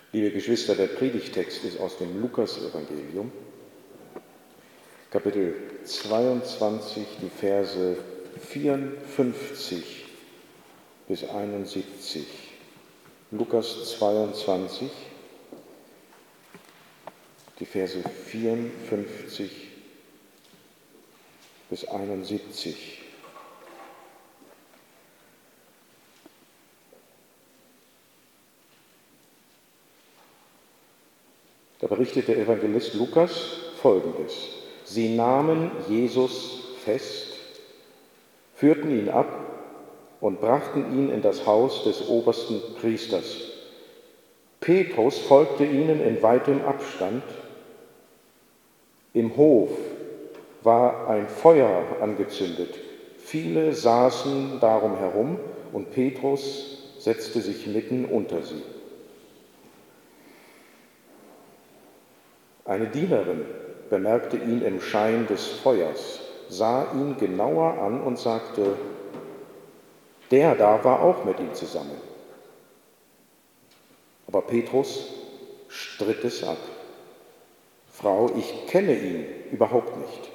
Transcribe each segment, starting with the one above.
Liebe Geschwister, der Predigtext ist aus dem Lukasevangelium, Kapitel 22, die Verse 54 bis 71. Lukas 22, die Verse 54 bis 71. Da berichtet der Evangelist Lukas Folgendes: Sie nahmen Jesus fest, führten ihn ab und brachten ihn in das Haus des obersten Priesters. Petrus folgte ihnen in weitem Abstand. Im Hof war ein Feuer angezündet. Viele saßen darum herum und Petrus setzte sich mitten unter sie. Eine Dienerin bemerkte ihn im Schein des Feuers, sah ihn genauer an und sagte: Der da war auch mit ihm zusammen. Aber Petrus stritt es ab. Frau, ich kenne ihn überhaupt nicht.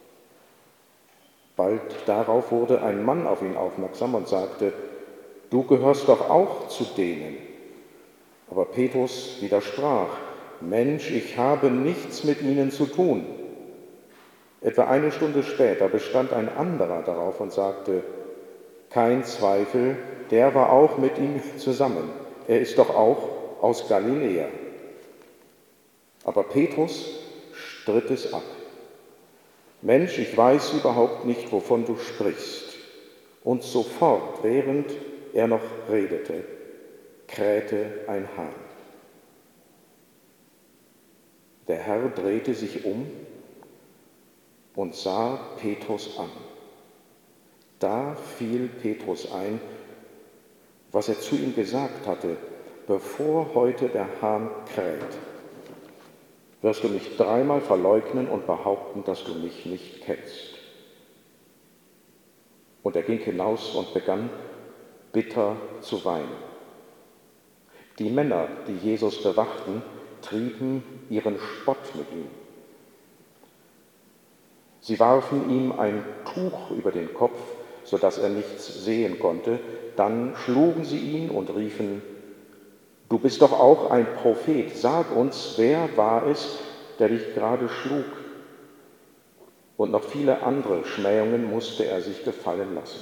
Bald darauf wurde ein Mann auf ihn aufmerksam und sagte: Du gehörst doch auch zu denen. Aber Petrus widersprach: Mensch, ich habe nichts mit ihnen zu tun. Etwa eine Stunde später bestand ein anderer darauf und sagte: Kein Zweifel, der war auch mit ihm zusammen. Er ist doch auch aus Galiläa. Aber Petrus stritt es ab. Mensch, ich weiß überhaupt nicht, wovon du sprichst. Und sofort, während er noch redete, krähte ein Hahn. Der Herr drehte sich um und sah Petrus an. Da fiel Petrus ein, was er zu ihm gesagt hatte: Bevor heute der Hahn kräht, wirst du mich dreimal verleugnen und behaupten, dass du mich nicht kennst. Und er ging hinaus und begann bitter zu weinen. Die Männer, die Jesus bewachten, trieben ihren Spott mit ihm. Sie warfen ihm ein Tuch über den Kopf, sodass er nichts sehen konnte. Dann schlugen sie ihn und riefen: Du bist doch auch ein Prophet. Sag uns, wer war es, der dich gerade schlug? Und noch viele andere Schmähungen musste er sich gefallen lassen.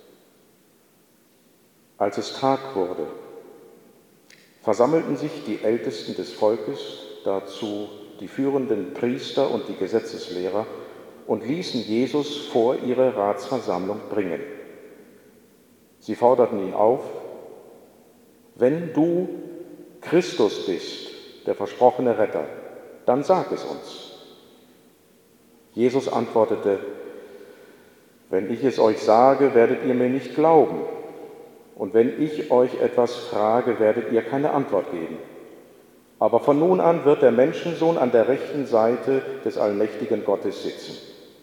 Als es Tag wurde, versammelten sich die Ältesten des Volkes, dazu die führenden Priester und die Gesetzeslehrer, und ließen Jesus vor ihre Ratsversammlung bringen. Sie forderten ihn auf: Wenn du Christus bist, der versprochene Retter, dann sag es uns. Jesus antwortete: Wenn ich es euch sage, werdet ihr mir nicht glauben. Und wenn ich euch etwas frage, werdet ihr keine Antwort geben. Aber von nun an wird der Menschensohn an der rechten Seite des allmächtigen Gottes sitzen.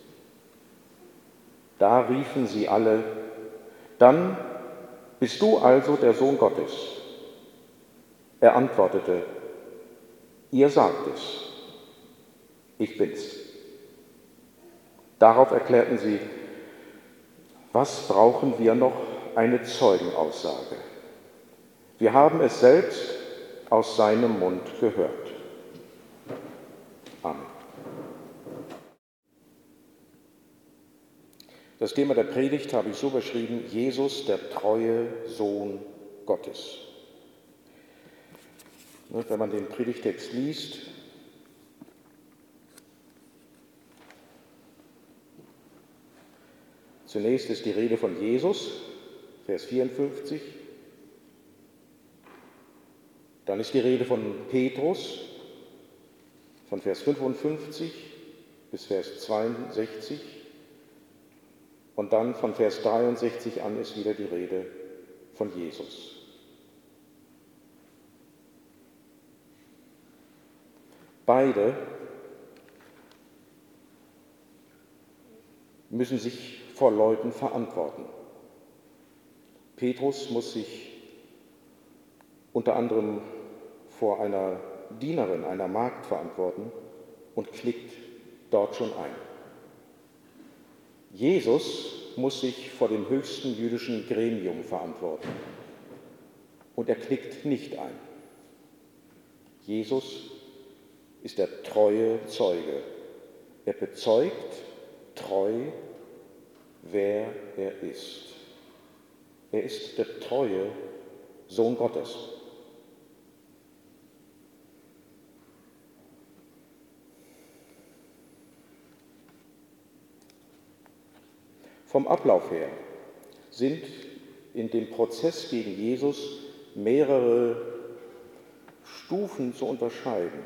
Da riefen sie alle: Dann bist du also der Sohn Gottes. Er antwortete: Ihr sagt es, ich bin's. Darauf erklärten sie: Was brauchen wir noch eine Zeugenaussage? Wir haben es selbst aus seinem Mund gehört. Amen. Das Thema der Predigt habe ich so beschrieben: Jesus, der treue Sohn Gottes. Wenn man den Predigtext liest, zunächst ist die Rede von Jesus, Vers 54. Dann ist die Rede von Petrus, von Vers 55 bis Vers 62. Und dann von Vers 63 an ist wieder die Rede von Jesus. Beide müssen sich vor Leuten verantworten. Petrus muss sich unter anderem vor einer Dienerin, einer Magd verantworten und knickt dort schon ein. Jesus muss sich vor dem höchsten jüdischen Gremium verantworten und er knickt nicht ein. Jesus ist der treue Zeuge. Er bezeugt treu, wer er ist. Er ist der treue Sohn Gottes. Vom Ablauf her sind in dem Prozess gegen Jesus mehrere Stufen zu unterscheiden.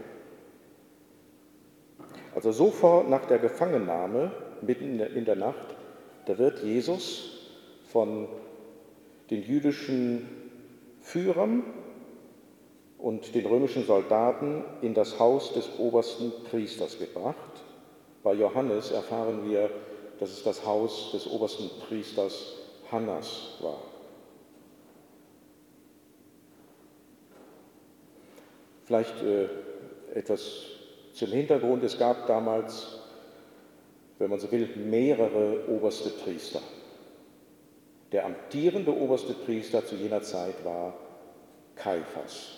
Also sofort nach der Gefangennahme, mitten in der Nacht, da wird Jesus von den jüdischen Führern und den römischen Soldaten in das Haus des obersten Priesters gebracht. Bei Johannes erfahren wir, dass es das Haus des obersten Priesters Hannas war. Vielleicht etwas zum Hintergrund. Es gab damals, wenn man so will, mehrere oberste Priester. Der amtierende oberste Priester zu jener Zeit war Kaiphas.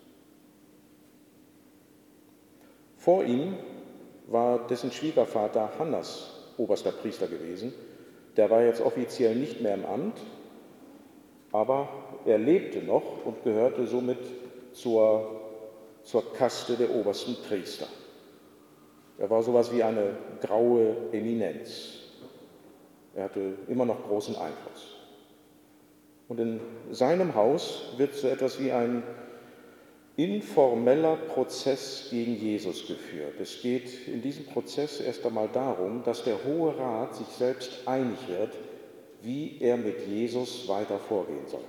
Vor ihm war dessen Schwiegervater Hannas oberster Priester gewesen. Der war jetzt offiziell nicht mehr im Amt, aber er lebte noch und gehörte somit zur Kaste der obersten Priester. Er war sowas wie eine graue Eminenz. Er hatte immer noch großen Einfluss. Und in seinem Haus wird so etwas wie ein informeller Prozess gegen Jesus geführt. Es geht in diesem Prozess erst einmal darum, dass der Hohe Rat sich selbst einig wird, wie er mit Jesus weiter vorgehen soll.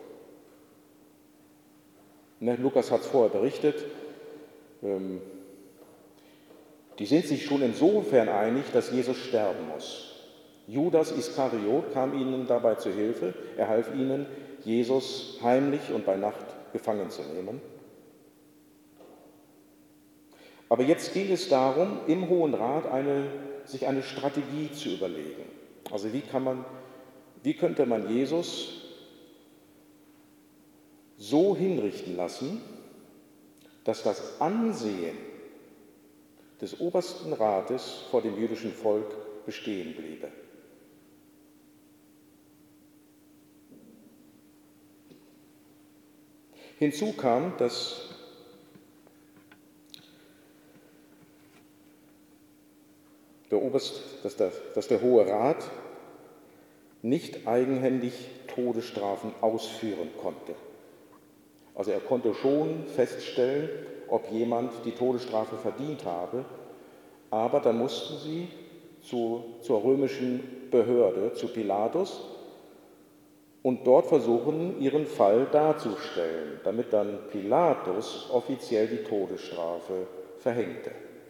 Lukas hat es vorher berichtet, die sind sich schon insofern einig, dass Jesus sterben muss. Judas Iskariot kam ihnen dabei zu Hilfe. Er half ihnen, Jesus heimlich und bei Nacht gefangen zu nehmen. Aber jetzt ging es darum, im Hohen Rat sich eine Strategie zu überlegen. Also wie könnte man Jesus so hinrichten lassen, dass das Ansehen des obersten Rates vor dem jüdischen Volk bestehen bliebe. Hinzu kam, dass der Hohe Rat nicht eigenhändig Todesstrafen ausführen konnte. Also er konnte schon feststellen, ob jemand die Todesstrafe verdient habe, aber dann mussten sie zur römischen Behörde, zu Pilatus, und dort versuchen, ihren Fall darzustellen, damit dann Pilatus offiziell die Todesstrafe verhängte.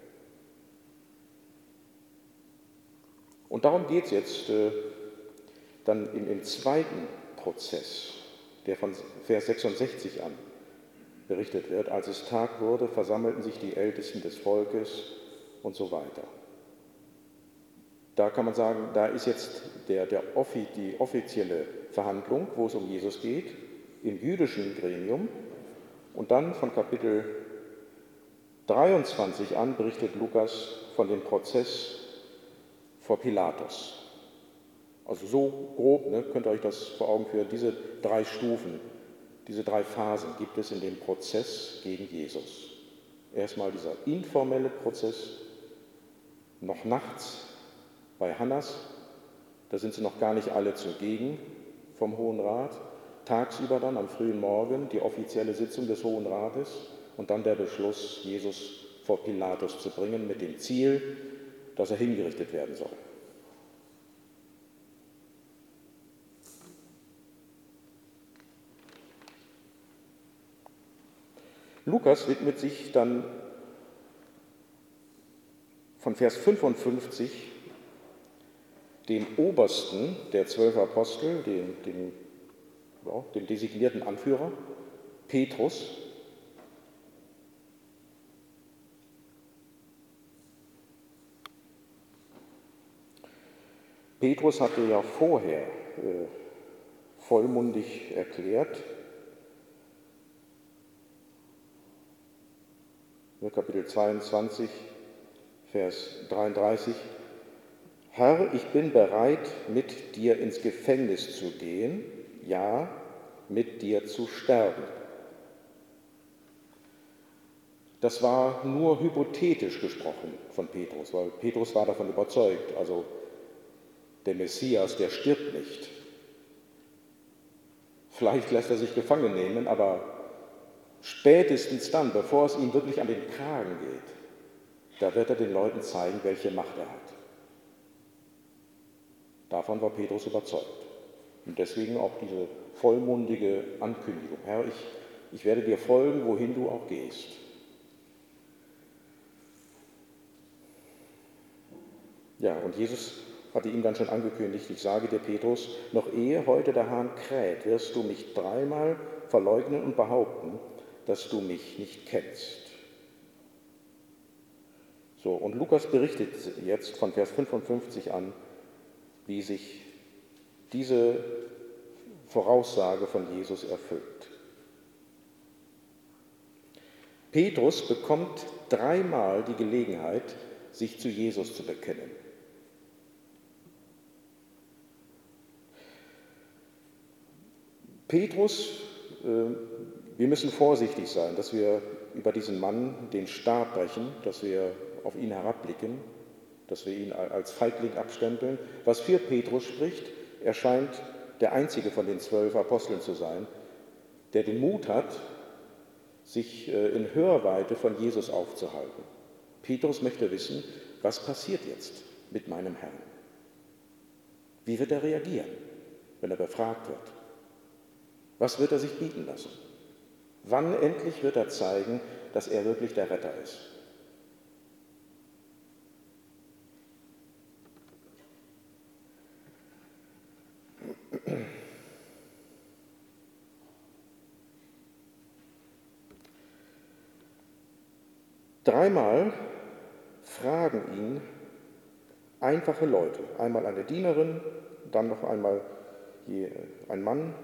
Und darum geht es jetzt dann im zweiten Prozess, der von Vers 66 an berichtet wird. Als es Tag wurde, versammelten sich die Ältesten des Volkes und so weiter. Da kann man sagen, da ist jetzt die offizielle Verhandlung, wo es um Jesus geht, im jüdischen Gremium. Und dann von Kapitel 23 an berichtet Lukas von dem Prozess vor Pilatus. Also so grob, könnt ihr euch das vor Augen führen, diese 3 Stufen, diese 3 Phasen gibt es in dem Prozess gegen Jesus. Erstmal dieser informelle Prozess, noch nachts bei Hannas, da sind sie noch gar nicht alle zugegen vom Hohen Rat, tagsüber dann am frühen Morgen die offizielle Sitzung des Hohen Rates und dann der Beschluss, Jesus vor Pilatus zu bringen mit dem Ziel, dass er hingerichtet werden soll. Lukas widmet sich dann von Vers 55 dem Obersten der 12 Apostel, dem designierten Anführer, Petrus. Petrus hatte ja vorher vollmundig erklärt, Kapitel 22, Vers 33, Herr, ich bin bereit, mit dir ins Gefängnis zu gehen, ja, mit dir zu sterben. Das war nur hypothetisch gesprochen von Petrus, weil Petrus war davon überzeugt, also der Messias, der stirbt nicht. Vielleicht lässt er sich gefangen nehmen, aber spätestens dann, bevor es ihm wirklich an den Kragen geht, da wird er den Leuten zeigen, welche Macht er hat. Davon war Petrus überzeugt. Und deswegen auch diese vollmundige Ankündigung. Herr, ich werde dir folgen, wohin du auch gehst. Ja, und Jesus hatte ihm dann schon angekündigt, ich sage dir, Petrus, noch ehe heute der Hahn kräht, wirst du mich 3-mal verleugnen und behaupten, dass du mich nicht kennst. So, und Lukas berichtet jetzt von Vers 55 an, wie sich diese Voraussage von Jesus erfüllt. Petrus bekommt 3-mal die Gelegenheit, sich zu Jesus zu bekennen. Petrus, wir müssen vorsichtig sein, dass wir über diesen Mann den Stab brechen, dass wir auf ihn herabblicken, dass wir ihn als Feigling abstempeln. Was für Petrus spricht, er scheint der einzige von den 12 Aposteln zu sein, der den Mut hat, sich in Hörweite von Jesus aufzuhalten. Petrus möchte wissen, was passiert jetzt mit meinem Herrn? Wie wird er reagieren, wenn er befragt wird? Was wird er sich bieten lassen? Wann endlich wird er zeigen, dass er wirklich der Retter ist? Dreimal fragen ihn einfache Leute, einmal eine Dienerin, dann noch einmal ein Mann.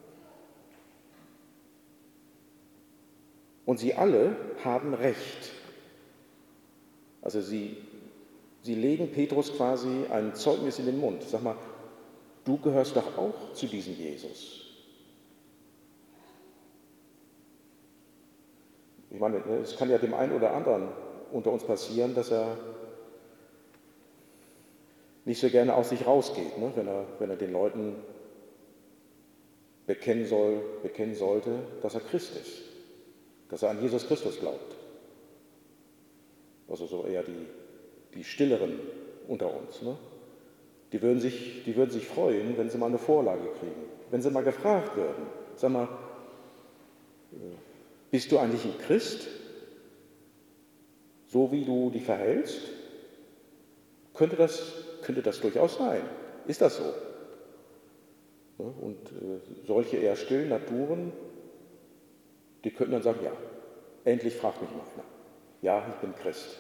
Und sie alle haben Recht. Also sie legen Petrus quasi ein Zeugnis in den Mund. Sag mal, du gehörst doch auch zu diesem Jesus. Ich meine, es kann ja dem einen oder anderen unter uns passieren, dass er nicht so gerne aus sich rausgeht, ne? Wenn er den Leuten bekennen sollte, dass er Christ ist, dass er an Jesus Christus glaubt. Also so eher die Stilleren unter uns. Ne? Die würden sich freuen, wenn sie mal eine Vorlage kriegen, wenn sie mal gefragt würden. Sag mal, bist du eigentlich ein Christ? So wie du dich verhältst? Könnte das durchaus sein? Ist das so? Und solche eher stillen Naturen, die könnten dann sagen, ja, endlich fragt mich mal einer. Ja, ich bin Christ.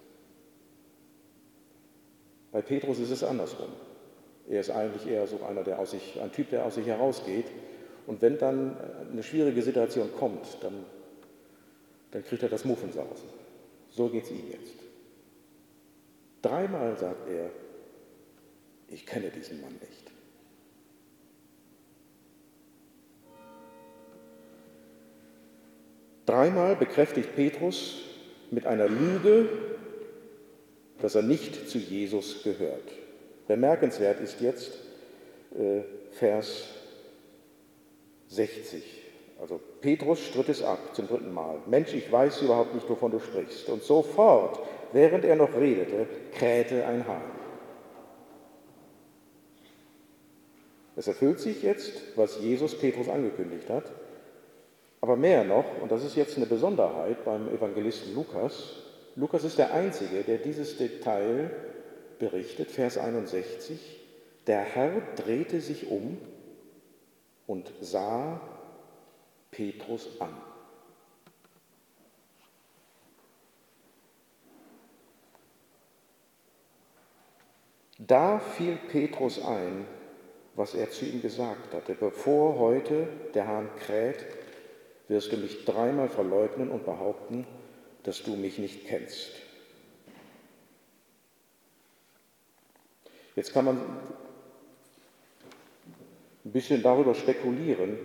Bei Petrus ist es andersrum. Er ist eigentlich eher so ein Typ, der aus sich herausgeht. Und wenn dann eine schwierige Situation kommt, dann kriegt er das Muffensausen. So geht es ihm jetzt. 3-mal sagt er, ich kenne diesen Mann nicht. Dreimal bekräftigt Petrus mit einer Lüge, dass er nicht zu Jesus gehört. Bemerkenswert ist jetzt Vers 60. Also Petrus stritt es ab zum 3. Mal. Mensch, ich weiß überhaupt nicht, wovon du sprichst. Und sofort, während er noch redete, krähte ein Hahn. Es erfüllt sich jetzt, was Jesus Petrus angekündigt hat. Aber mehr noch, und das ist jetzt eine Besonderheit beim Evangelisten Lukas, Lukas ist der Einzige, der dieses Detail berichtet, Vers 61, der Herr drehte sich um und sah Petrus an. Da fiel Petrus ein, was er zu ihm gesagt hatte: Bevor heute der Hahn kräht, wirst du mich dreimal verleugnen und behaupten, dass du mich nicht kennst. Jetzt kann man ein bisschen darüber spekulieren,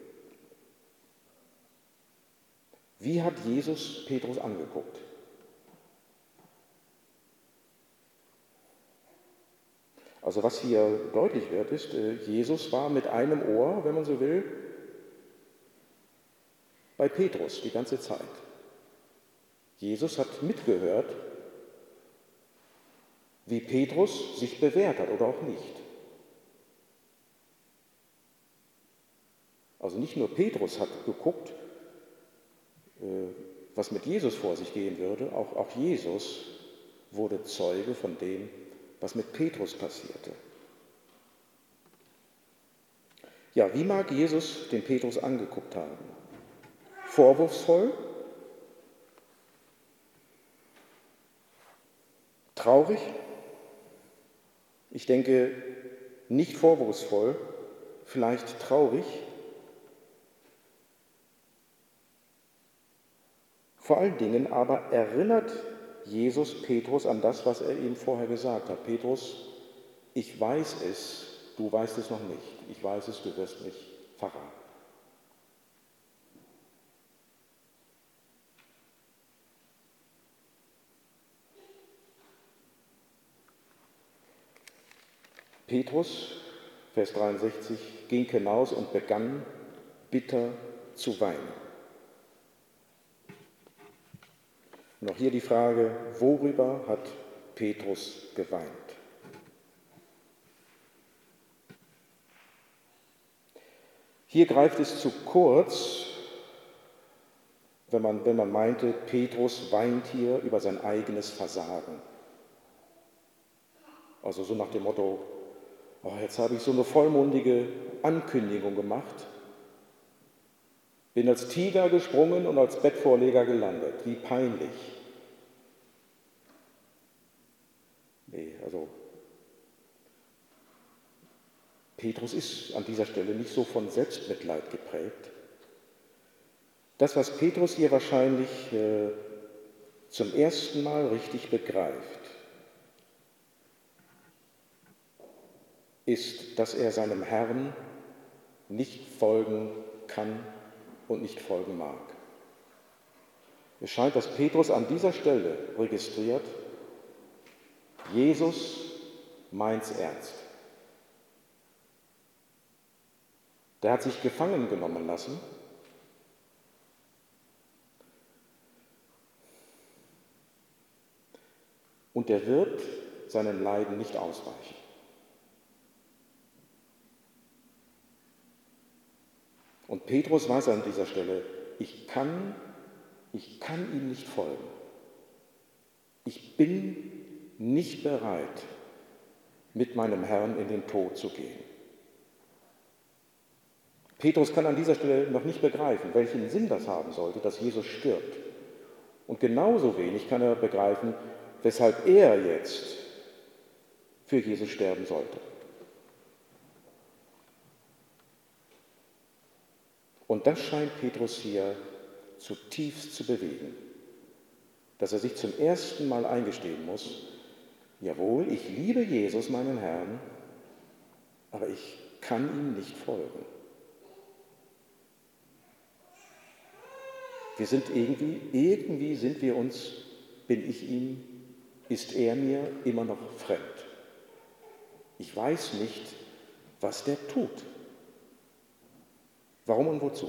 wie hat Jesus Petrus angeguckt? Also was hier deutlich wird, ist, Jesus war mit einem Ohr, wenn man so will, bei Petrus die ganze Zeit. Jesus hat mitgehört, wie Petrus sich bewährt hat oder auch nicht. Also nicht nur Petrus hat geguckt, was mit Jesus vor sich gehen würde, auch Jesus wurde Zeuge von dem, was mit Petrus passierte. Ja, wie mag Jesus den Petrus angeguckt haben? Vorwurfsvoll? Traurig? Ich denke, nicht vorwurfsvoll, vielleicht traurig. Vor allen Dingen aber erinnert Jesus Petrus an das, was er ihm vorher gesagt hat. Petrus, ich weiß es, du weißt es noch nicht. Ich weiß es, du wirst mich verraten. Petrus, Vers 63, ging hinaus und begann bitter zu weinen. Und auch hier die Frage, worüber hat Petrus geweint? Hier greift es zu kurz, wenn man meinte, Petrus weint hier über sein eigenes Versagen. Also so nach dem Motto, oh, jetzt habe ich so eine vollmundige Ankündigung gemacht, bin als Tiger gesprungen und als Bettvorleger gelandet. Wie peinlich. Nee, also Petrus ist an dieser Stelle nicht so von Selbstmitleid geprägt. Das, was Petrus hier wahrscheinlich zum ersten Mal richtig begreift, ist, dass er seinem Herrn nicht folgen kann und nicht folgen mag. Es scheint, dass Petrus an dieser Stelle registriert, Jesus meint's ernst. Der hat sich gefangen genommen lassen und der wird seinen Leiden nicht ausweichen. Und Petrus weiß an dieser Stelle, ich kann ihm nicht folgen. Ich bin nicht bereit, mit meinem Herrn in den Tod zu gehen. Petrus kann an dieser Stelle noch nicht begreifen, welchen Sinn das haben sollte, dass Jesus stirbt. Und genauso wenig kann er begreifen, weshalb er jetzt für Jesus sterben sollte. Und das scheint Petrus hier zutiefst zu bewegen, dass er sich zum ersten Mal eingestehen muss, jawohl, ich liebe Jesus, meinen Herrn, aber ich kann ihm nicht folgen. Wir sind irgendwie sind wir uns, bin ich ihm, ist er mir immer noch fremd. Ich weiß nicht, was der tut. Warum und wozu?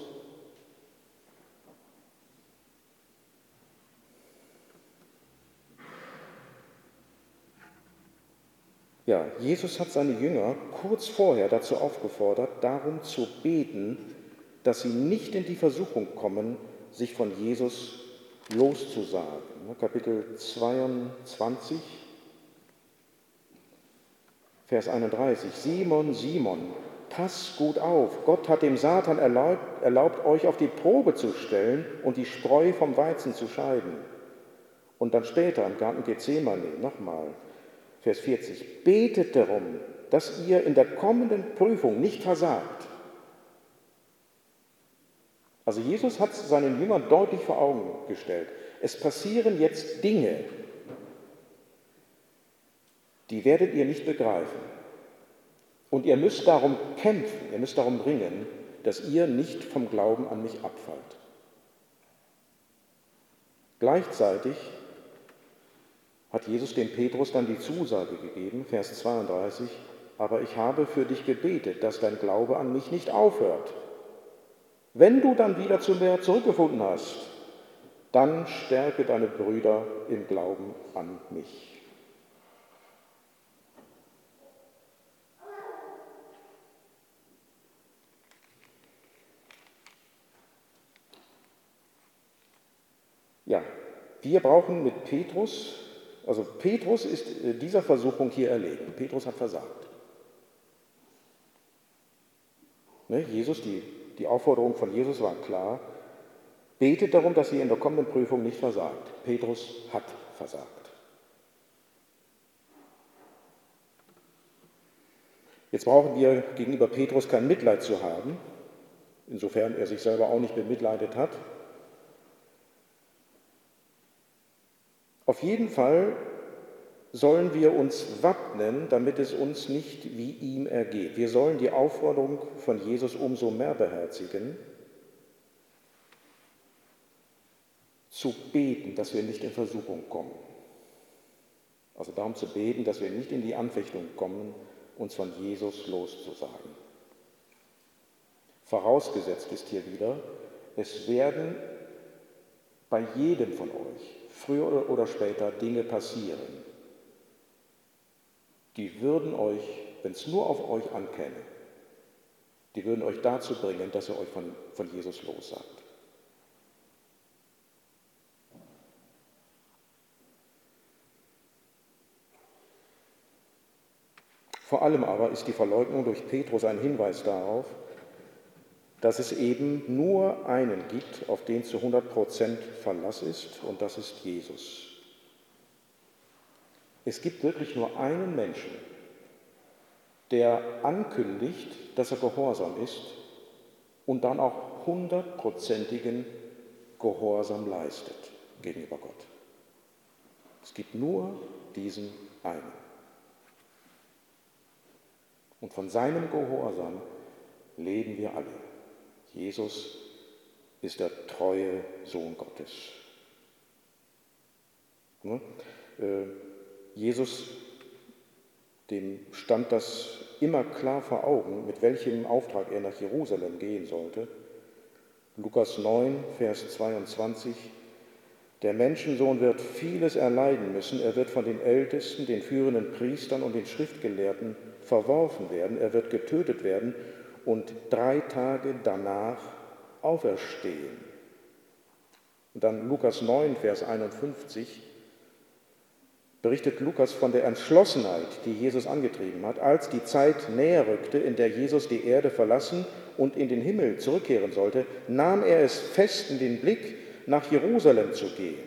Ja, Jesus hat seine Jünger kurz vorher dazu aufgefordert, darum zu beten, dass sie nicht in die Versuchung kommen, sich von Jesus loszusagen. Kapitel 22, Vers 31. Simon, Simon, pass gut auf, Gott hat dem Satan erlaubt, euch auf die Probe zu stellen und die Spreu vom Weizen zu scheiden. Und dann später im Garten Gethsemane, nochmal, Vers 40, betet darum, dass ihr in der kommenden Prüfung nicht versagt. Also Jesus hat es seinen Jüngern deutlich vor Augen gestellt. Es passieren jetzt Dinge, die werdet ihr nicht begreifen. Und ihr müsst darum kämpfen, ihr müsst darum ringen, dass ihr nicht vom Glauben an mich abfallt. Gleichzeitig hat Jesus dem Petrus dann die Zusage gegeben, Vers 32, aber ich habe für dich gebetet, dass dein Glaube an mich nicht aufhört. Wenn du dann wieder zu mir zurückgefunden hast, dann stärke deine Brüder im Glauben an mich. Ja, wir brauchen mit Petrus, also Petrus ist dieser Versuchung hier erlegen. Petrus hat versagt. Jesus, die Aufforderung von Jesus war klar, betet darum, dass ihr in der kommenden Prüfung nicht versagt. Petrus hat versagt. Jetzt brauchen wir gegenüber Petrus kein Mitleid zu haben, insofern er sich selber auch nicht bemitleidet hat. Auf jeden Fall sollen wir uns wappnen, damit es uns nicht wie ihm ergeht. Wir sollen die Aufforderung von Jesus umso mehr beherzigen, zu beten, dass wir nicht in Versuchung kommen. Also darum zu beten, dass wir nicht in die Anfechtung kommen, uns von Jesus loszusagen. Vorausgesetzt ist hier wieder, es werden bei jedem von euch früher oder später Dinge passieren, die würden euch, wenn es nur auf euch ankäme, die würden euch dazu bringen, dass ihr euch von Jesus lossagt. Vor allem aber ist die Verleugnung durch Petrus ein Hinweis darauf, dass es eben nur einen gibt, auf den zu 100% Verlass ist, und das ist Jesus. Es gibt wirklich nur einen Menschen, der ankündigt, dass er gehorsam ist und dann auch 100%igen Gehorsam leistet gegenüber Gott. Es gibt nur diesen einen. Und von seinem Gehorsam leben wir alle. Jesus ist der treue Sohn Gottes. Jesus, dem stand das immer klar vor Augen, mit welchem Auftrag er nach Jerusalem gehen sollte. Lukas 9, Vers 22. Der Menschensohn wird vieles erleiden müssen. Er wird von den Ältesten, den führenden Priestern und den Schriftgelehrten verworfen werden. Er wird getötet werden und 3 Tage danach auferstehen. Und dann Lukas 9, Vers 51, berichtet Lukas von der Entschlossenheit, die Jesus angetrieben hat, als die Zeit näher rückte, in der Jesus die Erde verlassen und in den Himmel zurückkehren sollte, nahm er es fest in den Blick, nach Jerusalem zu gehen.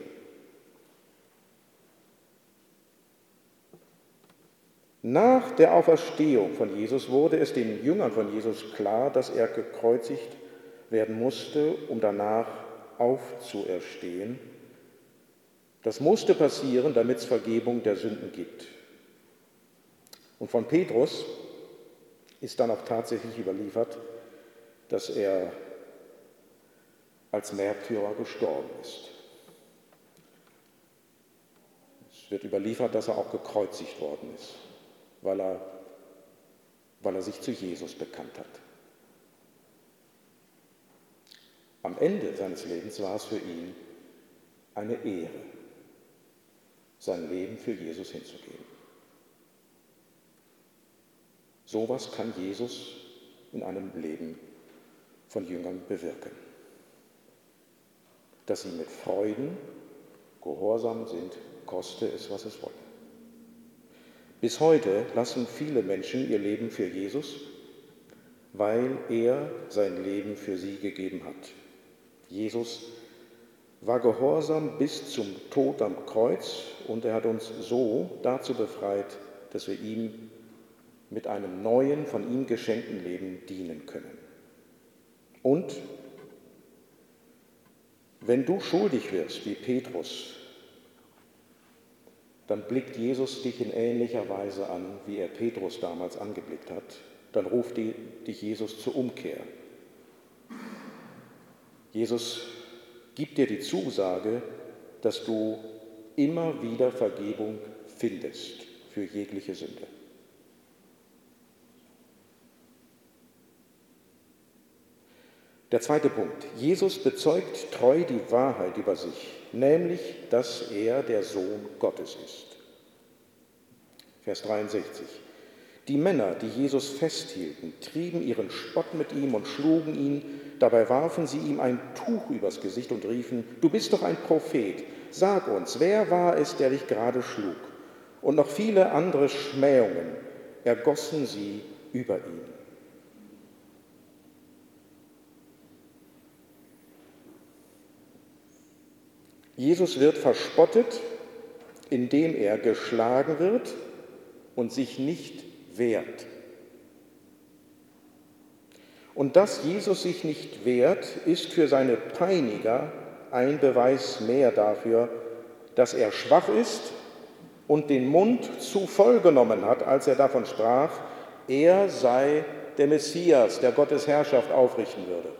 Nach der Auferstehung von Jesus wurde es den Jüngern von Jesus klar, dass er gekreuzigt werden musste, um danach aufzuerstehen. Das musste passieren, damit es Vergebung der Sünden gibt. Und von Petrus ist dann auch tatsächlich überliefert, dass er als Märtyrer gestorben ist. Es wird überliefert, dass er auch gekreuzigt worden ist, weil er sich zu Jesus bekannt hat. Am Ende seines Lebens war es für ihn eine Ehre, sein Leben für Jesus hinzugeben. Sowas kann Jesus in einem Leben von Jüngern bewirken. Dass sie mit Freuden gehorsam sind, koste es, was es wolle. Bis heute lassen viele Menschen ihr Leben für Jesus, weil er sein Leben für sie gegeben hat. Jesus war gehorsam bis zum Tod am Kreuz und er hat uns so dazu befreit, dass wir ihm mit einem neuen, von ihm geschenkten Leben dienen können. Und wenn du schuldig wirst, wie Petrus, dann blickt Jesus dich in ähnlicher Weise an, wie er Petrus damals angeblickt hat. Dann ruft dich Jesus zur Umkehr. Jesus gibt dir die Zusage, dass du immer wieder Vergebung findest für jegliche Sünde. Der zweite Punkt. Jesus bezeugt treu die Wahrheit über sich, nämlich, dass er der Sohn Gottes ist. Vers 63. Die Männer, die Jesus festhielten, trieben ihren Spott mit ihm und schlugen ihn. Dabei warfen sie ihm ein Tuch übers Gesicht und riefen: Du bist doch ein Prophet. Sag uns, wer war es, der dich gerade schlug? Und noch viele andere Schmähungen ergossen sie über ihn. Jesus wird verspottet, indem er geschlagen wird und sich nicht wehrt. Und dass Jesus sich nicht wehrt, ist für seine Peiniger ein Beweis mehr dafür, dass er schwach ist und den Mund zu voll genommen hat, als er davon sprach, er sei der Messias, der Gottes Herrschaft aufrichten würde.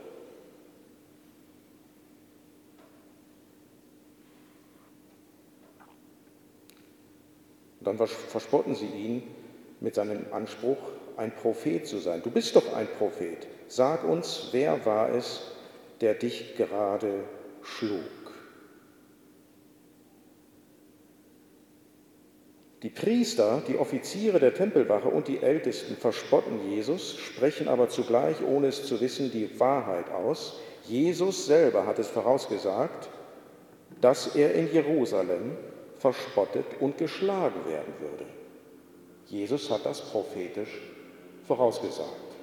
Und dann verspotten sie ihn mit seinem Anspruch, ein Prophet zu sein. Du bist doch ein Prophet. Sag uns, wer war es, der dich gerade schlug? Die Priester, die Offiziere der Tempelwache und die Ältesten verspotten Jesus, sprechen aber zugleich, ohne es zu wissen, die Wahrheit aus. Jesus selber hat es vorausgesagt, dass er in Jerusalem verspottet und geschlagen werden würde. Jesus hat das prophetisch vorausgesagt.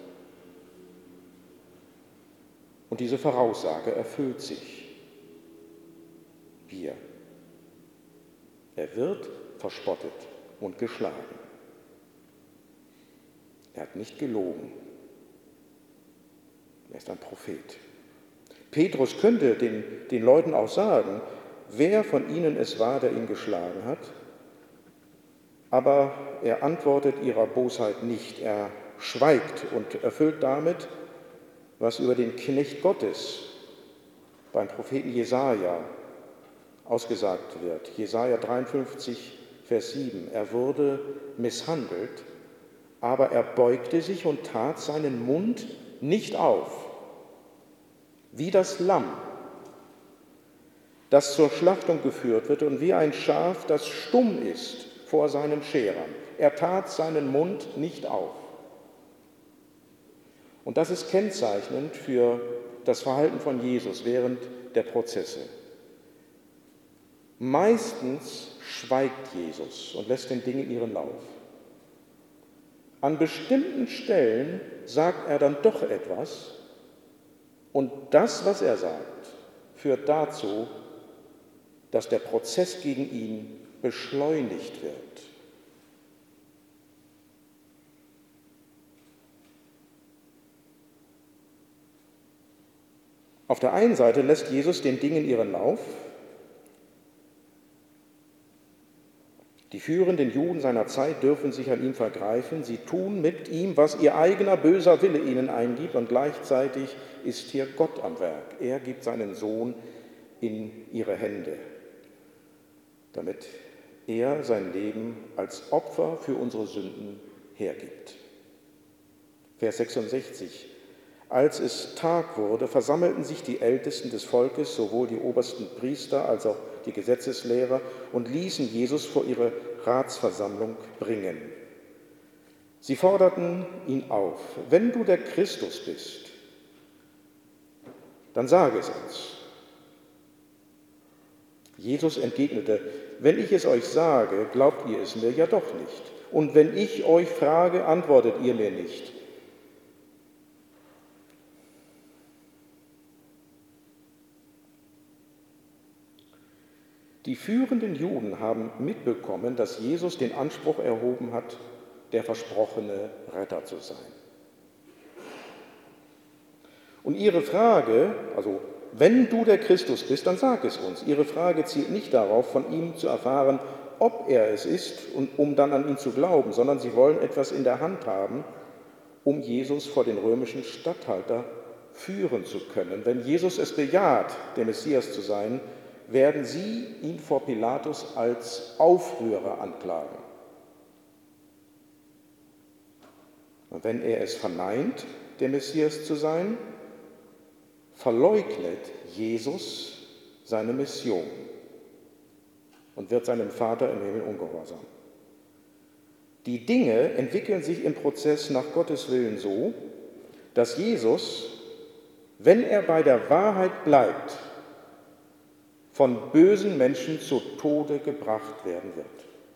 Und diese Voraussage erfüllt sich hier. Er wird verspottet und geschlagen. Er hat nicht gelogen. Er ist ein Prophet. Petrus könnte den Leuten auch sagen, wer von ihnen es war, der ihn geschlagen hat, aber er antwortet ihrer Bosheit nicht. Er schweigt und erfüllt damit, was über den Knecht Gottes beim Propheten Jesaja ausgesagt wird. Jesaja 53, Vers 7. Er wurde misshandelt, aber er beugte sich und tat seinen Mund nicht auf, wie das Lamm, das zur Schlachtung geführt wird, und wie ein Schaf, das stumm ist vor seinen Scherern. Er tat seinen Mund nicht auf. Und das ist kennzeichnend für das Verhalten von Jesus während der Prozesse. Meistens schweigt Jesus und lässt den Dingen ihren Lauf. An bestimmten Stellen sagt er dann doch etwas, und das, was er sagt, führt dazu, dass der Prozess gegen ihn beschleunigt wird. Auf der einen Seite lässt Jesus den Dingen ihren Lauf. Die führenden Juden seiner Zeit dürfen sich an ihm vergreifen. Sie tun mit ihm, was ihr eigener böser Wille ihnen eingibt, und gleichzeitig ist hier Gott am Werk. Er gibt seinen Sohn in ihre Hände, damit er sein Leben als Opfer für unsere Sünden hergibt. Vers 66. Als es Tag wurde, versammelten sich die Ältesten des Volkes, sowohl die obersten Priester als auch die Gesetzeslehrer, und ließen Jesus vor ihre Ratsversammlung bringen. Sie forderten ihn auf: Wenn du der Christus bist, dann sage es uns. Jesus entgegnete: Wenn ich es euch sage, glaubt ihr es mir ja doch nicht. Und wenn ich euch frage, antwortet ihr mir nicht. Die führenden Juden haben mitbekommen, dass Jesus den Anspruch erhoben hat, der versprochene Retter zu sein. Und ihre Frage, also wenn du der Christus bist, dann sag es uns. Ihre Frage zielt nicht darauf, von ihm zu erfahren, ob er es ist, und um dann an ihn zu glauben, sondern sie wollen etwas in der Hand haben, um Jesus vor den römischen Statthalter führen zu können. Wenn Jesus es bejaht, der Messias zu sein, werden sie ihn vor Pilatus als Aufrührer anklagen. Und wenn er es verneint, der Messias zu sein, verleugnet Jesus seine Mission und wird seinem Vater im Himmel ungehorsam. Die Dinge entwickeln sich im Prozess nach Gottes Willen so, dass Jesus, wenn er bei der Wahrheit bleibt, von bösen Menschen zu Tode gebracht werden wird.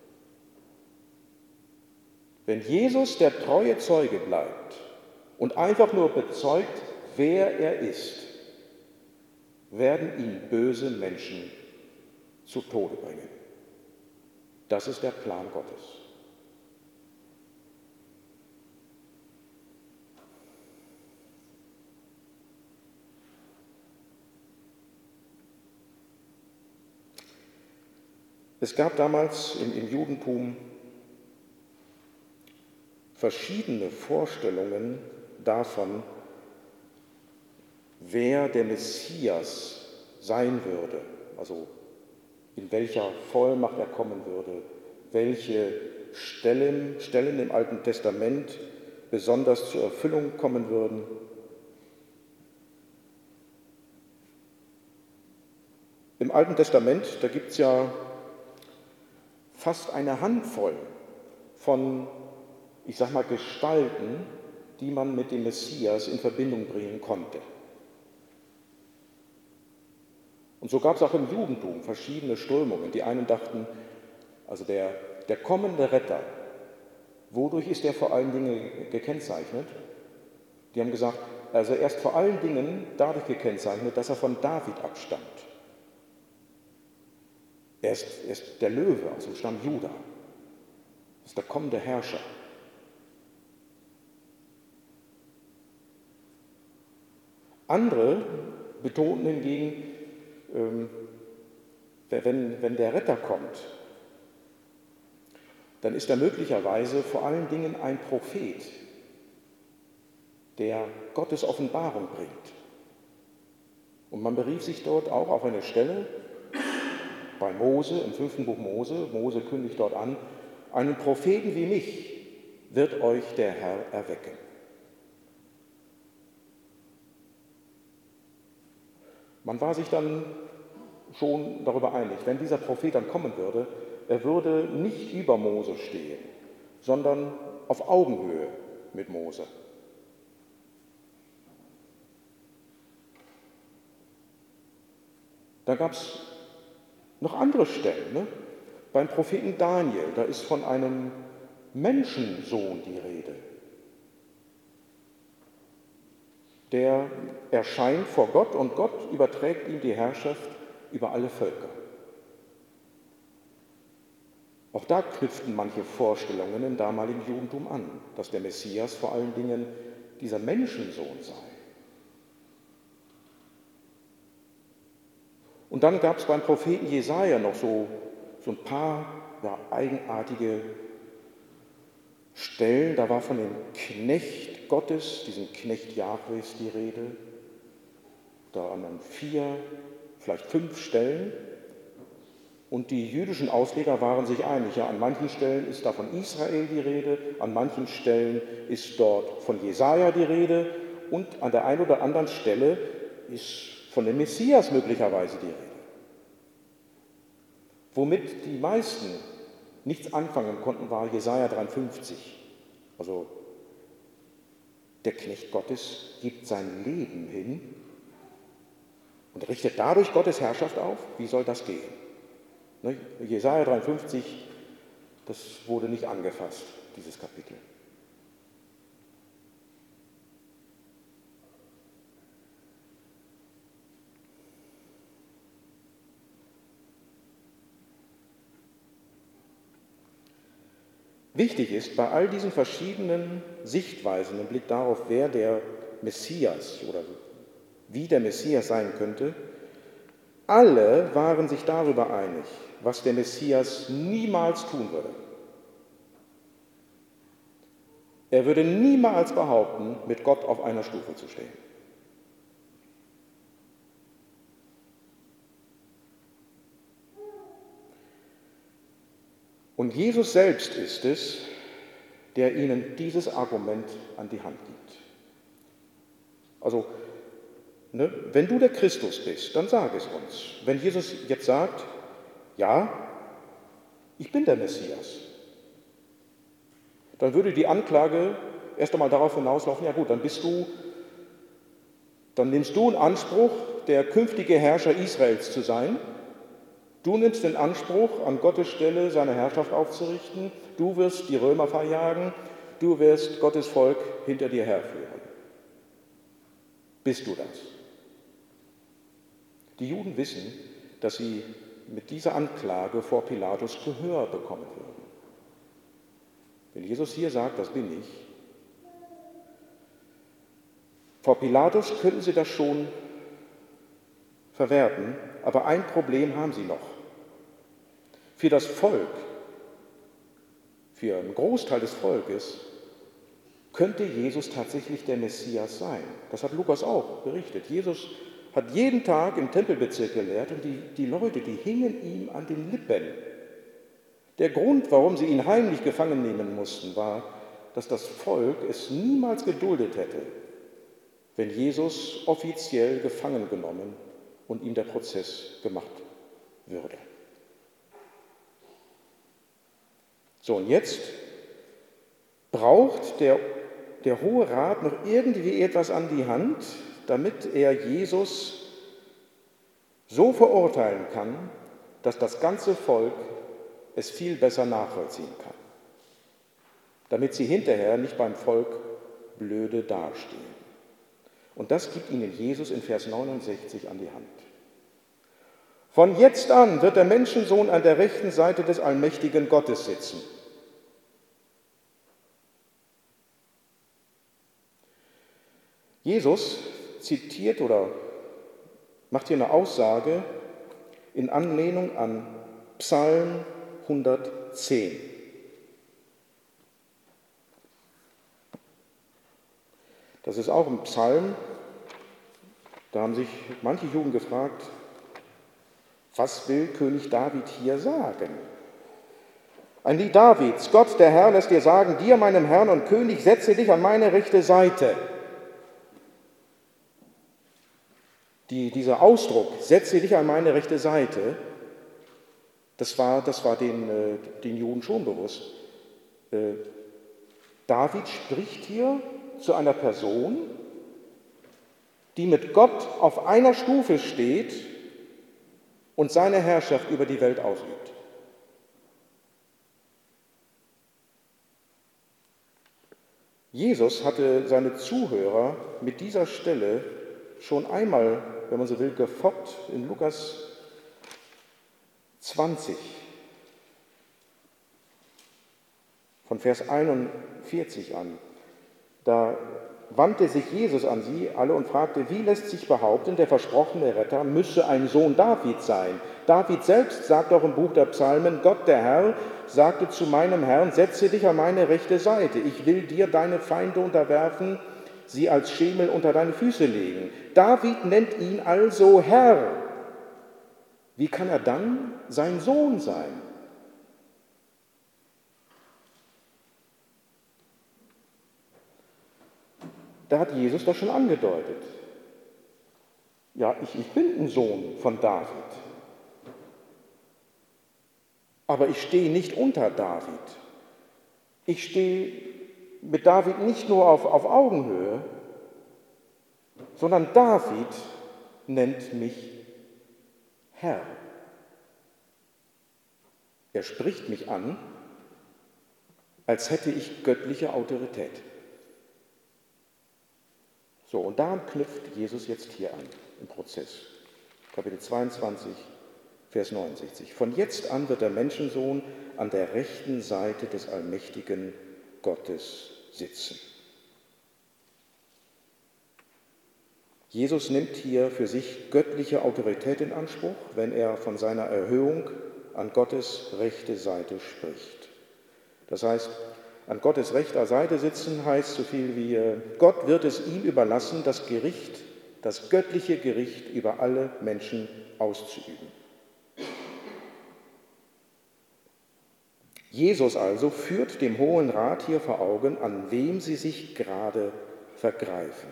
Wenn Jesus der treue Zeuge bleibt und einfach nur bezeugt, wer er ist, werden ihn böse Menschen zu Tode bringen. Das ist der Plan Gottes. Es gab damals im Judentum verschiedene Vorstellungen davon, wer der Messias sein würde, also in welcher Vollmacht er kommen würde, welche Stellen im Alten Testament besonders zur Erfüllung kommen würden. Im Alten Testament, da gibt es ja fast eine Handvoll von, ich sag mal, Gestalten, die man mit dem Messias in Verbindung bringen konnte. Und so gab es auch im Judentum verschiedene Strömungen. Die einen dachten, also der kommende Retter, wodurch ist er vor allen Dingen gekennzeichnet? Die haben gesagt, also er ist vor allen Dingen dadurch gekennzeichnet, dass er von David abstammt. Er ist der Löwe aus dem Stamm Juda. Das ist der kommende Herrscher. Andere betonten hingegen, wenn der Retter kommt, dann ist er möglicherweise vor allen Dingen ein Prophet, der Gottes Offenbarung bringt. Und man berief sich dort auch auf eine Stelle bei Mose, im 5. Buch Mose. Mose kündigt dort an, einen Propheten wie mich wird euch der Herr erwecken. Man war sich dann schon darüber einig, wenn dieser Prophet dann kommen würde, er würde nicht über Mose stehen, sondern auf Augenhöhe mit Mose. Da gab es noch andere Stellen. Ne? Beim Propheten Daniel, da ist von einem Menschensohn die Rede. Der erscheint vor Gott und Gott überträgt ihm die Herrschaft über alle Völker. Auch da knüpften manche Vorstellungen im damaligen Judentum an, dass der Messias vor allen Dingen dieser Menschensohn sei. Und dann gab es beim Propheten Jesaja noch so ein paar eigenartige Stellen. Da war von dem Knecht Gottes, diesem Knecht Jahwes, die Rede. Da an 4, vielleicht 5 Stellen. Und die jüdischen Ausleger waren sich einig. Ja, an manchen Stellen ist da von Israel die Rede, an manchen Stellen ist dort von Jesaja die Rede und an der einen oder anderen Stelle ist von dem Messias möglicherweise die Rede. Womit die meisten nichts anfangen konnten, war Jesaja 53. Also der Knecht Gottes gibt sein Leben hin und richtet dadurch Gottes Herrschaft auf. Wie soll das gehen? Ne? Jesaja 53, das wurde nicht angefasst, dieses Kapitel. Wichtig ist, bei all diesen verschiedenen Sichtweisen im Blick darauf, wer der Messias oder wie der Messias sein könnte, alle waren sich darüber einig, was der Messias niemals tun würde. Er würde niemals behaupten, mit Gott auf einer Stufe zu stehen. Und Jesus selbst ist es, der ihnen dieses Argument an die Hand gibt. Also, wenn du der Christus bist, dann sag es uns. Wenn Jesus jetzt sagt, ja, ich bin der Messias, dann würde die Anklage erst einmal darauf hinauslaufen, ja gut, dann nimmst du in Anspruch, der künftige Herrscher Israels zu sein. Du nimmst den Anspruch, an Gottes Stelle seine Herrschaft aufzurichten. Du wirst die Römer verjagen. Du wirst Gottes Volk hinter dir herführen. Bist du das? Die Juden wissen, dass sie mit dieser Anklage vor Pilatus Gehör bekommen würden. Wenn Jesus hier sagt, das bin ich, vor Pilatus könnten sie das schon verwerten, aber ein Problem haben sie noch. Für das Volk, für einen Großteil des Volkes, könnte Jesus tatsächlich der Messias sein. Das hat Lukas auch berichtet. Jesus hat jeden Tag im Tempelbezirk gelehrt und die Leute, die hingen ihm an den Lippen. Der Grund, warum sie ihn heimlich gefangen nehmen mussten, war, dass das Volk es niemals geduldet hätte, wenn Jesus offiziell gefangen genommen und ihm der Prozess gemacht würde. So, und jetzt braucht der Hohe Rat noch irgendwie etwas an die Hand, damit er Jesus so verurteilen kann, dass das ganze Volk es viel besser nachvollziehen kann. Damit sie hinterher nicht beim Volk blöde dastehen. Und das gibt ihnen Jesus in Vers 69 an die Hand. Von jetzt an wird der Menschensohn an der rechten Seite des allmächtigen Gottes sitzen. Jesus zitiert oder macht hier eine Aussage in Anlehnung an Psalm 110. Das ist auch ein Psalm, da haben sich manche Juden gefragt, was will König David hier sagen? Ein Lied Davids, Gott, der Herr, lässt dir sagen, dir, meinem Herrn und König, setze dich an meine rechte Seite. Dieser Ausdruck, setze dich an meine rechte Seite, das war den Juden schon bewusst. David spricht hier zu einer Person, die mit Gott auf einer Stufe steht und seine Herrschaft über die Welt ausübt. Jesus hatte seine Zuhörer mit dieser Stelle schon einmal, wenn man so will, gefoppt in Lukas 20, von Vers 41 an. Da wandte sich Jesus an sie alle und fragte, wie lässt sich behaupten, der versprochene Retter müsse ein Sohn Davids sein? David selbst sagt auch im Buch der Psalmen, Gott der Herr sagte zu meinem Herrn, setze dich an meine rechte Seite, ich will dir deine Feinde unterwerfen, sie als Schemel unter deine Füße legen. David nennt ihn also Herr. Wie kann er dann sein Sohn sein? Da hat Jesus das schon angedeutet. Ja, ich bin ein Sohn von David. Aber ich stehe nicht unter David. Ich stehe mit David nicht nur auf Augenhöhe, sondern David nennt mich Herr. Er spricht mich an, als hätte ich göttliche Autorität. So, und daran knüpft Jesus jetzt hier an, im Prozess. Kapitel 22, Vers 69. Von jetzt an wird der Menschensohn an der rechten Seite des allmächtigen Gottes sitzen. Jesus nimmt hier für sich göttliche Autorität in Anspruch, wenn er von seiner Erhöhung an Gottes rechte Seite spricht. Das heißt, an Gottes rechter Seite sitzen heißt so viel wie, Gott wird es ihm überlassen, das Gericht, das göttliche Gericht über alle Menschen auszuüben. Jesus also führt dem Hohen Rat hier vor Augen, an wem sie sich gerade vergreifen.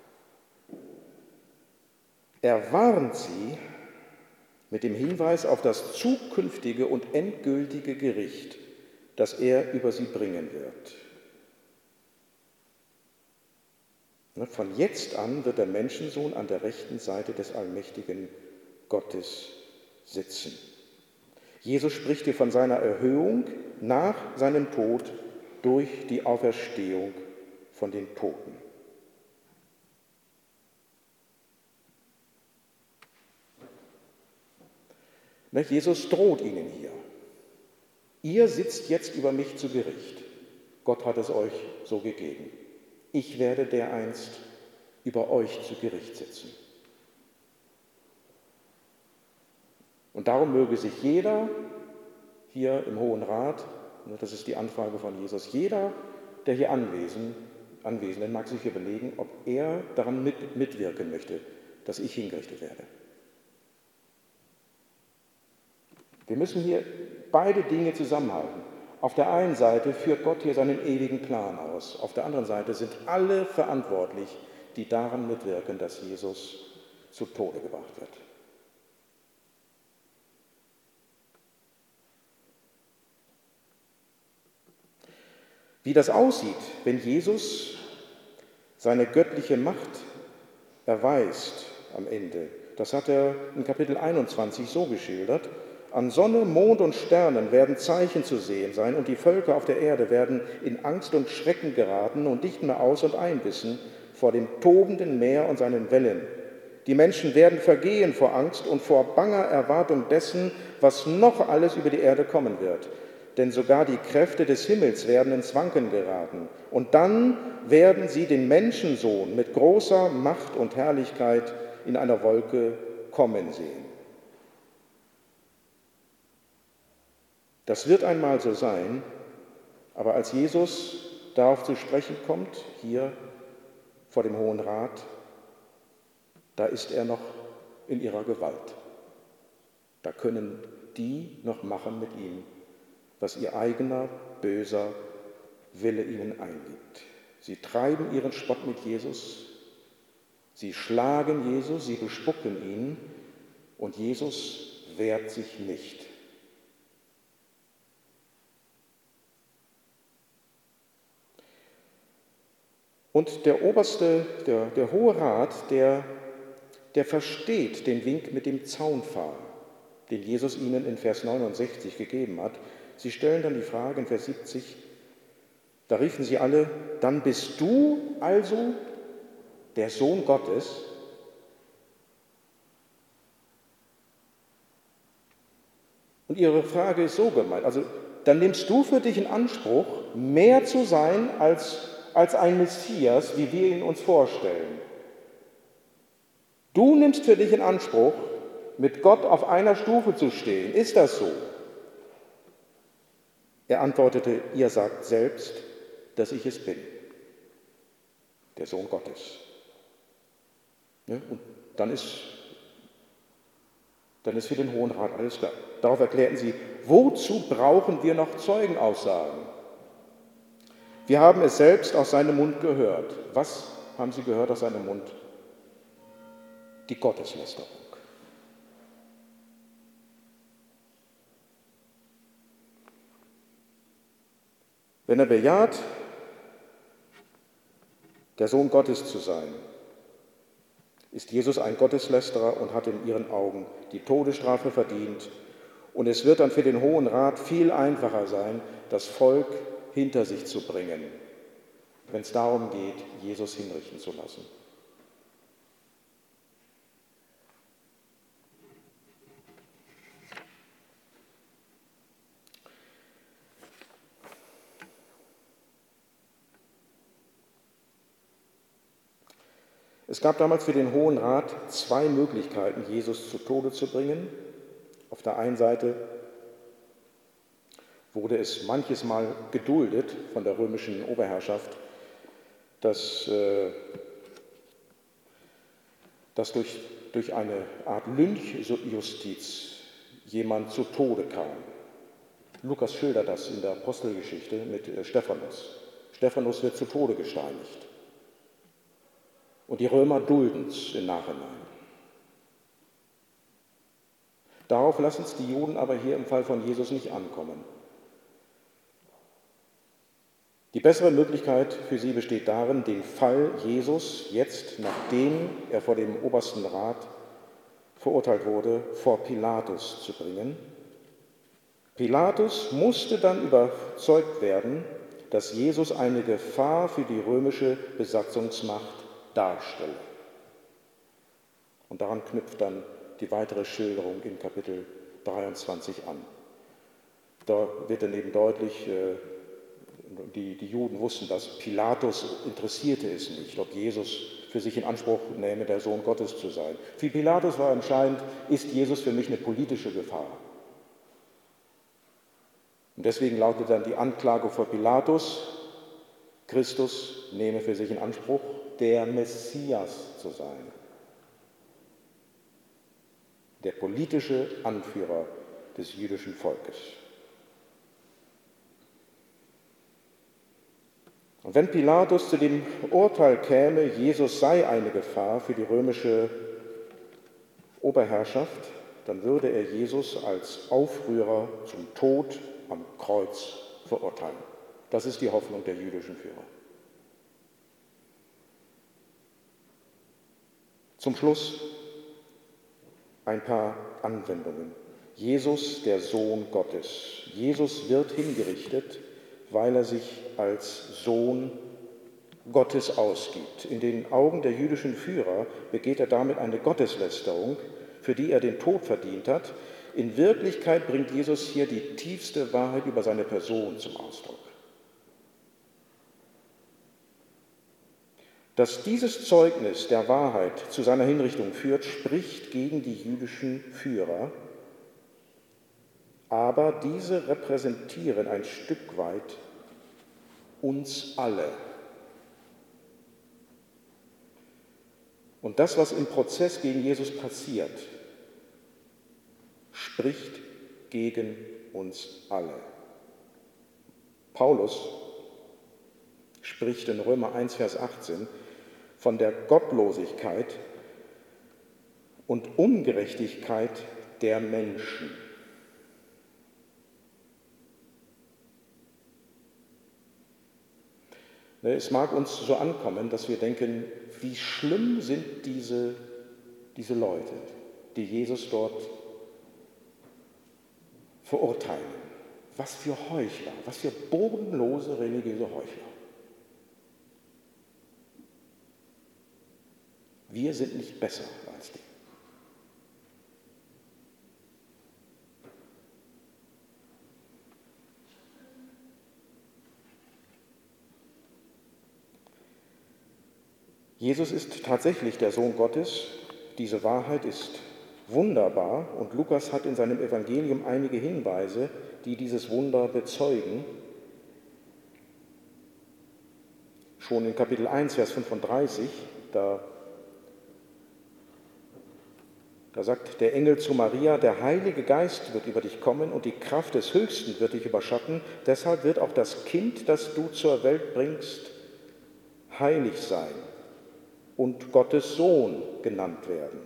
Er warnt sie mit dem Hinweis auf das zukünftige und endgültige Gericht, das er über sie bringen wird. Von jetzt an wird der Menschensohn an der rechten Seite des allmächtigen Gottes sitzen. Jesus spricht hier von seiner Erhöhung nach seinem Tod durch die Auferstehung von den Toten. Jesus droht ihnen hier. Ihr sitzt jetzt über mich zu Gericht. Gott hat es euch so gegeben. Ich werde dereinst über euch zu Gericht sitzen. Und darum möge sich jeder hier im Hohen Rat, das ist die Anfrage von Jesus, jeder, der hier Anwesenden mag sich überlegen, ob er daran mitwirken möchte, dass ich hingerichtet werde. Wir müssen hier beide Dinge zusammenhalten. Auf der einen Seite führt Gott hier seinen ewigen Plan aus. Auf der anderen Seite sind alle verantwortlich, die daran mitwirken, dass Jesus zu Tode gebracht wird. Wie das aussieht, wenn Jesus seine göttliche Macht erweist am Ende, das hat er in Kapitel 21 so geschildert: An Sonne, Mond und Sternen werden Zeichen zu sehen sein und die Völker auf der Erde werden in Angst und Schrecken geraten und nicht mehr aus- und einwissen vor dem tobenden Meer und seinen Wellen. Die Menschen werden vergehen vor Angst und vor banger Erwartung dessen, was noch alles über die Erde kommen wird. Denn sogar die Kräfte des Himmels werden ins Wanken geraten. Und dann werden sie den Menschensohn mit großer Macht und Herrlichkeit in einer Wolke kommen sehen. Das wird einmal so sein, aber als Jesus darauf zu sprechen kommt, hier vor dem Hohen Rat, da ist er noch in ihrer Gewalt. Da können die noch machen mit ihm, was ihr eigener böser Wille ihnen eingibt. Sie treiben ihren Spott mit Jesus, sie schlagen Jesus, sie bespucken ihn und Jesus wehrt sich nicht. Und der Hohe Rat, der versteht den Wink mit dem Zaunpfahl, den Jesus ihnen in Vers 69 gegeben hat. Sie stellen dann die Frage in Vers 70, da riefen sie alle, dann bist du also der Sohn Gottes? Und ihre Frage ist so gemeint, also dann nimmst du für dich in Anspruch, mehr zu sein als ein Messias, wie wir ihn uns vorstellen. Du nimmst für dich in Anspruch, mit Gott auf einer Stufe zu stehen. Ist das so? Er antwortete, ihr sagt selbst, dass ich es bin, der Sohn Gottes. Ja, und dann ist für den Hohen Rat alles klar. Darauf erklärten sie, wozu brauchen wir noch Zeugenaussagen? Wir haben es selbst aus seinem Mund gehört. Was haben sie gehört aus seinem Mund? Die Gotteslästerung. Wenn er bejaht, der Sohn Gottes zu sein, ist Jesus ein Gotteslästerer und hat in ihren Augen die Todesstrafe verdient. Und es wird dann für den Hohen Rat viel einfacher sein, das Volk hinter sich zu bringen, wenn es darum geht, Jesus hinrichten zu lassen. Es gab damals für den Hohen Rat zwei Möglichkeiten, Jesus zu Tode zu bringen. Auf der einen Seite wurde es manches Mal geduldet von der römischen Oberherrschaft, dass durch eine Art Lynchjustiz jemand zu Tode kam. Lukas schildert das in der Apostelgeschichte mit Stephanus. Stephanus wird zu Tode gesteinigt. Und die Römer dulden es im Nachhinein. Darauf lassen es die Juden aber hier im Fall von Jesus nicht ankommen. Die bessere Möglichkeit für sie besteht darin, den Fall Jesus jetzt, nachdem er vor dem obersten Rat verurteilt wurde, vor Pilatus zu bringen. Pilatus musste dann überzeugt werden, dass Jesus eine Gefahr für die römische Besatzungsmacht darstelle. Und daran knüpft dann die weitere Schilderung in Kapitel 23 an. Da wird dann eben deutlich, die Juden wussten das, Pilatus interessierte es nicht, ob Jesus für sich in Anspruch nähme, der Sohn Gottes zu sein. Für Pilatus war entscheidend, ist Jesus für mich eine politische Gefahr? Und deswegen lautet dann die Anklage vor Pilatus, Christus nehme für sich in Anspruch, der Messias zu sein. Der politische Anführer des jüdischen Volkes. Und wenn Pilatus zu dem Urteil käme, Jesus sei eine Gefahr für die römische Oberherrschaft, dann würde er Jesus als Aufrührer zum Tod am Kreuz verurteilen. Das ist die Hoffnung der jüdischen Führer. Zum Schluss ein paar Anwendungen. Jesus, der Sohn Gottes. Jesus wird hingerichtet, weil er sich als Sohn Gottes ausgibt. In den Augen der jüdischen Führer begeht er damit eine Gotteslästerung, für die er den Tod verdient hat. In Wirklichkeit bringt Jesus hier die tiefste Wahrheit über seine Person zum Ausdruck. Dass dieses Zeugnis der Wahrheit zu seiner Hinrichtung führt, spricht gegen die jüdischen Führer, aber diese repräsentieren ein Stück weit uns alle. Und das, was im Prozess gegen Jesus passiert, spricht gegen uns alle. Paulus spricht in Römer 1, Vers 18 von der Gottlosigkeit und Ungerechtigkeit der Menschen. Es mag uns so ankommen, dass wir denken, wie schlimm sind diese Leute, die Jesus dort verurteilen. Was für Heuchler, was für bodenlose religiöse Heuchler. Wir sind nicht besser als die. Jesus ist tatsächlich der Sohn Gottes. Diese Wahrheit ist wunderbar und Lukas hat in seinem Evangelium einige Hinweise, die dieses Wunder bezeugen. Schon in Kapitel 1, Vers 35, da sagt der Engel zu Maria, der Heilige Geist wird über dich kommen und die Kraft des Höchsten wird dich überschatten. Deshalb wird auch das Kind, das du zur Welt bringst, heilig sein und Gottes Sohn genannt werden.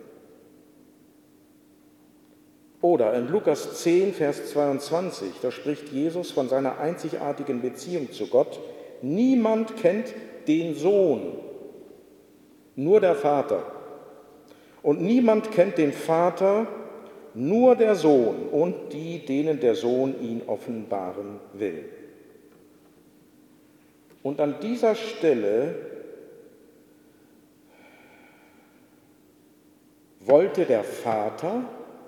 Oder in Lukas 10, Vers 22, da spricht Jesus von seiner einzigartigen Beziehung zu Gott. Niemand kennt den Sohn, nur der Vater. Und niemand kennt den Vater, nur der Sohn und die, denen der Sohn ihn offenbaren will. Und an dieser Stelle wollte der Vater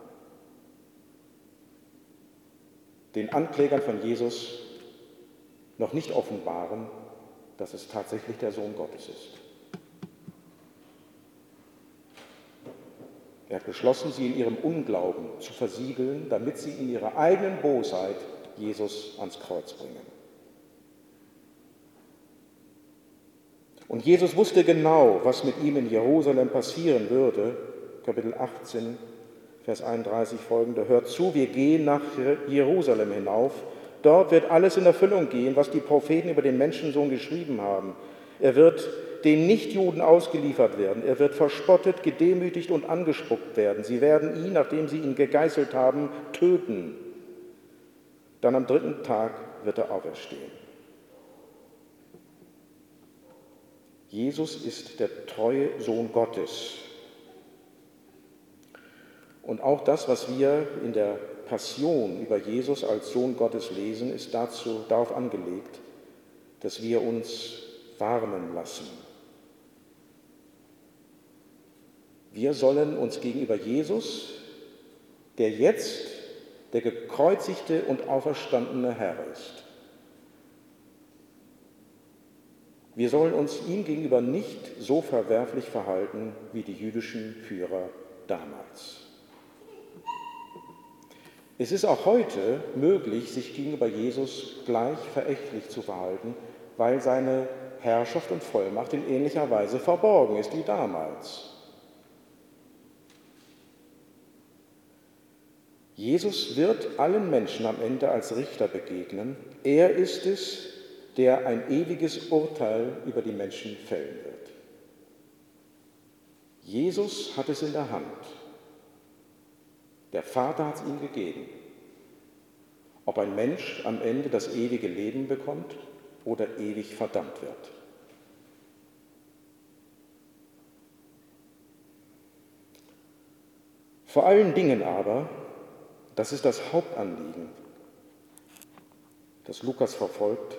den Anklägern von Jesus noch nicht offenbaren, dass es tatsächlich der Sohn Gottes ist. Er hat beschlossen, sie in ihrem Unglauben zu versiegeln, damit sie in ihrer eigenen Bosheit Jesus ans Kreuz bringen. Und Jesus wusste genau, was mit ihm in Jerusalem passieren würde. Kapitel 18, Vers 31 folgende. Hört zu, wir gehen nach Jerusalem hinauf. Dort wird alles in Erfüllung gehen, was die Propheten über den Menschensohn geschrieben haben. Er wird den Nichtjuden ausgeliefert werden. Er wird verspottet, gedemütigt und angespuckt werden. Sie werden ihn, nachdem sie ihn gegeißelt haben, töten. Dann am 3. Tag wird er auferstehen. Jesus ist der treue Sohn Gottes. Und auch das, was wir in der Passion über Jesus als Sohn Gottes lesen, ist darauf angelegt, dass wir uns warnen lassen. Wir sollen uns gegenüber Jesus, der jetzt der gekreuzigte und auferstandene Herr ist, wir sollen uns ihm gegenüber nicht so verwerflich verhalten wie die jüdischen Führer damals. Es ist auch heute möglich, sich gegenüber Jesus gleich verächtlich zu verhalten, weil seine Herrschaft und Vollmacht in ähnlicher Weise verborgen ist wie damals. Jesus wird allen Menschen am Ende als Richter begegnen. Er ist es, der ein ewiges Urteil über die Menschen fällen wird. Jesus hat es in der Hand. Der Vater hat es ihm gegeben. Ob ein Mensch am Ende das ewige Leben bekommt oder ewig verdammt wird. Vor allen Dingen aber, das ist das Hauptanliegen, das Lukas verfolgt,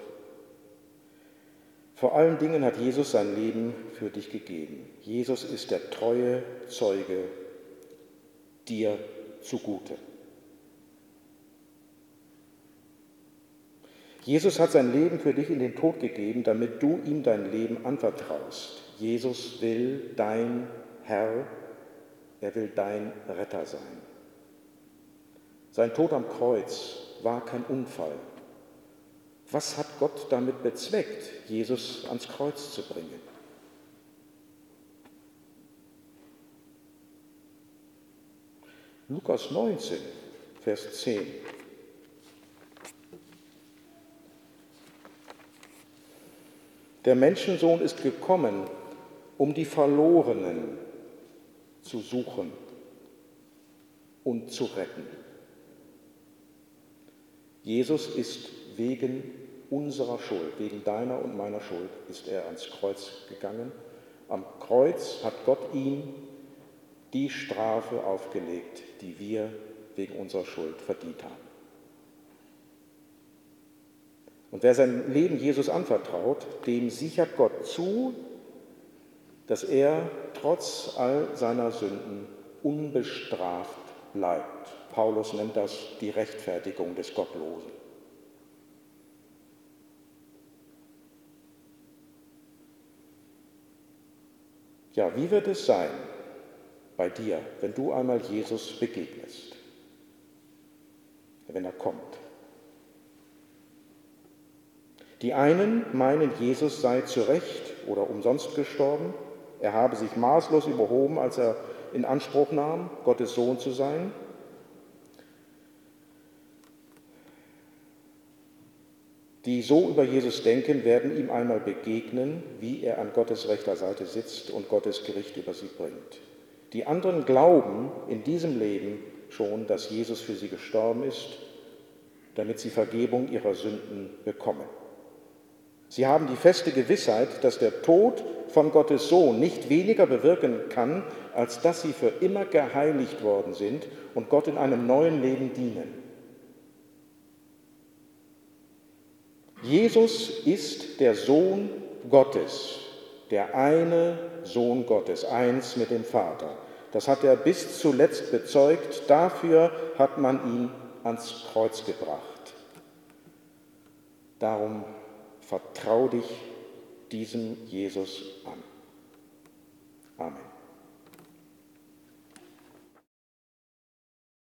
vor allen Dingen hat Jesus sein Leben für dich gegeben. Jesus ist der treue Zeuge dir zugute. Jesus hat sein Leben für dich in den Tod gegeben, damit du ihm dein Leben anvertraust. Jesus will dein Herr, er will dein Retter sein. Sein Tod am Kreuz war kein Unfall. Was hat Gott damit bezweckt, Jesus ans Kreuz zu bringen? Lukas 19, Vers 10. Der Menschensohn ist gekommen, um die Verlorenen zu suchen und zu retten. Jesus ist wegen unserer Schuld, wegen deiner und meiner Schuld, ist er ans Kreuz gegangen. Am Kreuz hat Gott ihm die Strafe aufgelegt, die wir wegen unserer Schuld verdient haben. Und wer sein Leben Jesus anvertraut, dem sichert Gott zu, dass er trotz all seiner Sünden unbestraft bleibt. Paulus nennt das die Rechtfertigung des Gottlosen. Ja, wie wird es sein bei dir, wenn du einmal Jesus begegnest, wenn er kommt? Die einen meinen, Jesus sei zu Recht oder umsonst gestorben, er habe sich maßlos überhoben, als er in Anspruch nahm, Gottes Sohn zu sein. Die so über Jesus denken, werden ihm einmal begegnen, wie er an Gottes rechter Seite sitzt und Gottes Gericht über sie bringt. Die anderen glauben in diesem Leben schon, dass Jesus für sie gestorben ist, damit sie Vergebung ihrer Sünden bekommen. Sie haben die feste Gewissheit, dass der Tod von Gottes Sohn nicht weniger bewirken kann, als dass sie für immer geheiligt worden sind und Gott in einem neuen Leben dienen. Jesus ist der Sohn Gottes, der eine Sohn Gottes, eins mit dem Vater. Das hat er bis zuletzt bezeugt, dafür hat man ihn ans Kreuz gebracht. Darum vertrau dich diesem Jesus an. Amen.